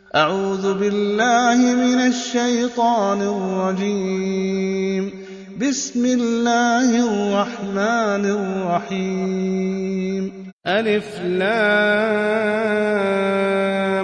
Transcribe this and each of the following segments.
أعوذ بالله من الشيطان الرجيم. بسم الله الرحمن الرحيم. ألف لام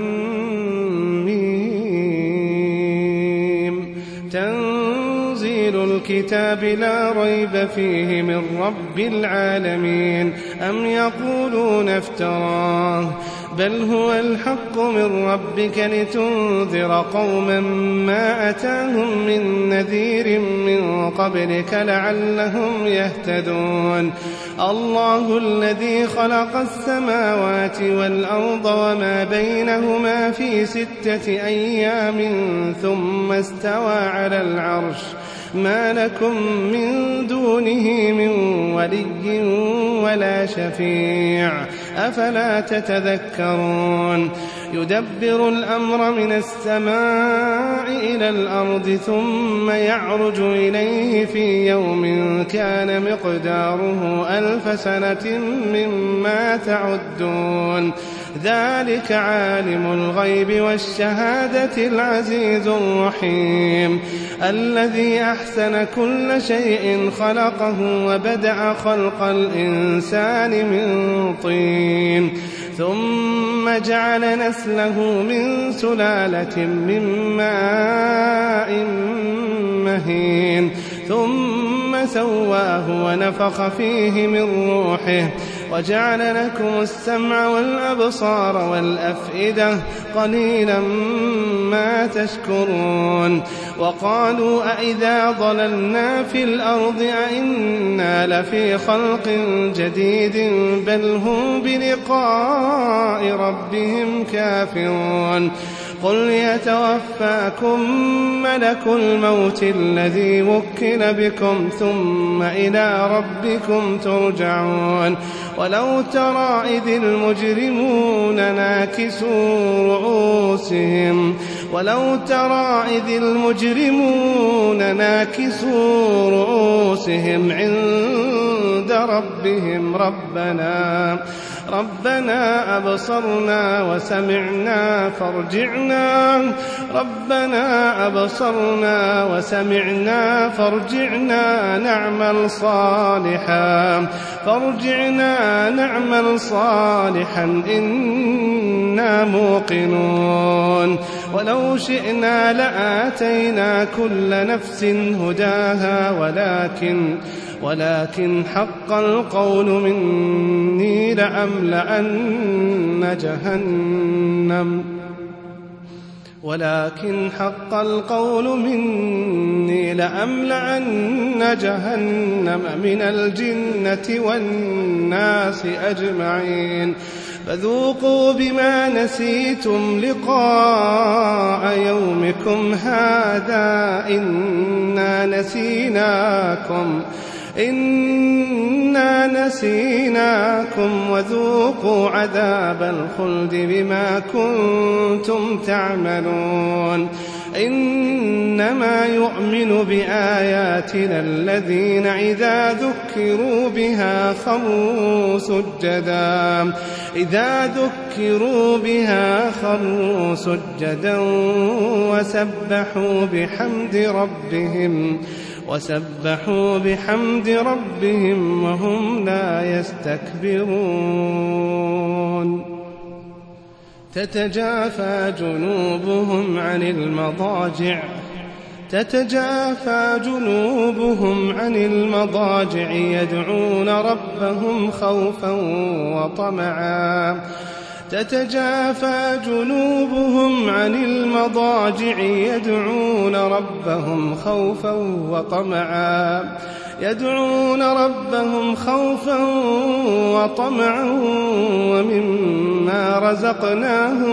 ميم. تنزيل الكتاب لا ريب فيه من رب العالمين. أم يقولون افتراه بل هو الحق من ربك لتنذر قوما ما أتاهم من نذير من قبلك لعلهم يهتدون. الله الذي خلق السماوات والأرض وما بينهما في 6 أيام ثم استوى على العرش ما لكم من دونه من ولي ولا شفيع أفلا تتذكرون. يدبر الأمر من السماء إلى الأرض ثم يعرج إليه في يوم كان مقداره 1000 سنة مما تعدون. ذلك عالم الغيب والشهادة العزيز الرحيم. الذي أحسن كل شيء خلقه وبدأ خلق الإنسان من طين ثم جعل نسله من سلالة من ماء مهين ثم سواه ونفخ فيه من روحه وجعل لكم السمع والأبصار والأفئدة قليلا ما تشكرون. وقالوا أئذا ضللنا في الأرض أئنا لفي خلق جديد بل هم بلقاء ربهم كافرون. قل يتوفاكم ملك الموت الذي وكل بكم ثم إلى ربكم ترجعون. ولو ترى إذ المجرمون ناكسوا رؤوسهم عند ربهم ربنا أبصرنا وسمعنا فارجعنا نعمل صالحا إنا موقنون. ولو شئنا لآتينا كل نفس هداها ولكن حق القول مني لأملأن جهنم من الجنة والناس أجمعين. فذوقوا بما نسيتم لقاء يومكم هذا إنا نسيناكم وذوقوا عذاب الخلد بما كنتم تعملون. إنما يؤمن بآياتنا الذين إذا ذكروا بها خروا سجدا وسبحوا بحمد ربهم وهم لا يستكبرون. تتجافى جنوبهم عن المضاجع يدعون ربهم خوفا وطمعا. ومما رزقناهم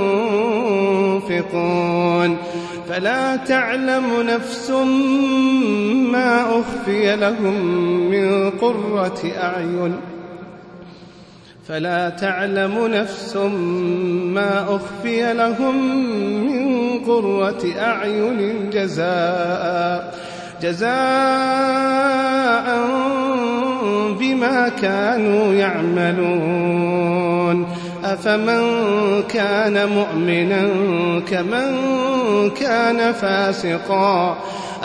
ينفقون. فلا تعلم نفس ما أخفي لهم من قرة أعين جزاء بما كانوا يعملون. أفمن كان مؤمنا كمن كان فاسقا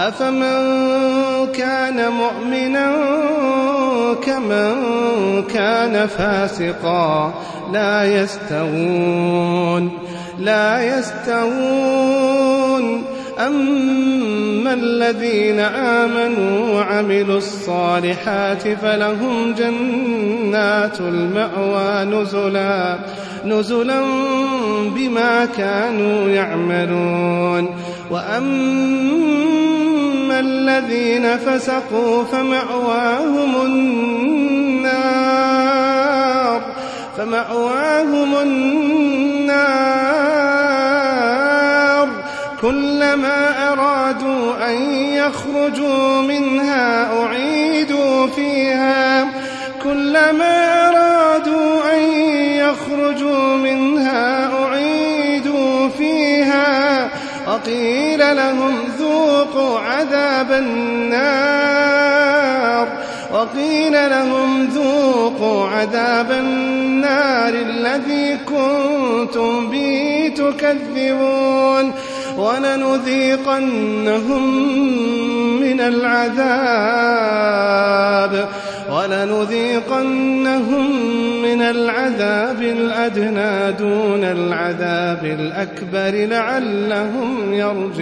لا يستوون أما الذين آمنوا وعملوا الصالحات فلهم جنات المأوى نزلا بما كانوا يعملون وأما الذين فسقوا فمأواهم النار كلما أرادوا أن يخرجوا منها أعيدوا فيها وقيل لهم ذوقوا عذاب النار الذي كنتم به تكذبون ولنذيقنهم من العذاب الأدنى دون العذاب الأكبر لعلهم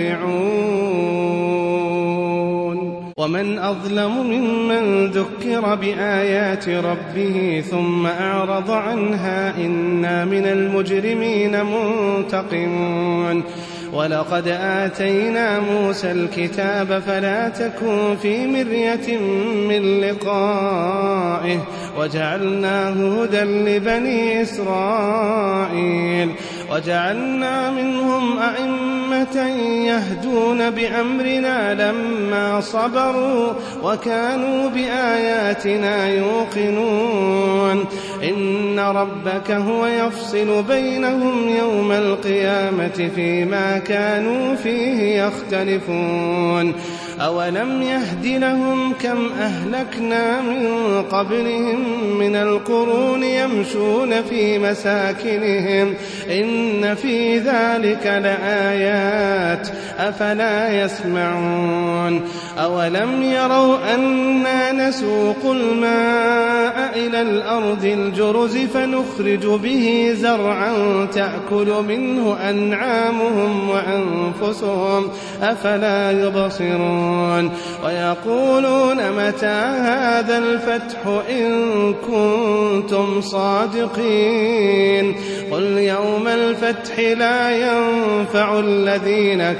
يرجعون ومن أظلم ممن ذكر بآيات ربه ثم أعرض عنها إنا من المجرمين منتقمون ولقد آتينا موسى الكتاب فلا تكن في مرية من لقائه وجعلناه هدى لبني إسرائيل وجعلنا منهم أئمة يهدون بأمرنا لما صبروا وكانوا بآياتنا يوقنون إن ربك هو يفصل بينهم يوم القيامة فيما كانوا فيه يختلفون أولم يهد لهم كم أهلكنا من قبلهم من القرون يمشون في مساكنهم إن في ذلك لآيات أفلا يسمعون أولم يروا أنا نسوق الماء إلى الأرض الجرز فنخرج به زرعا تأكل منه أنعامهم وأنفسهم أفلا يبصرون ويقولون متى هذا الفتح إن كنتم صادقين قل يوم الفتح لا ينفع الذين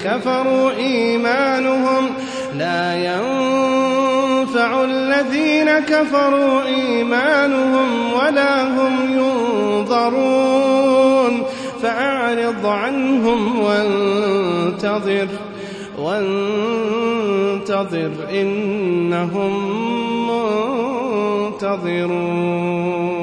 كفروا إيمانهم ولا هم ينظرون فأعرض عنهم وانتظر إنهم منتظرون.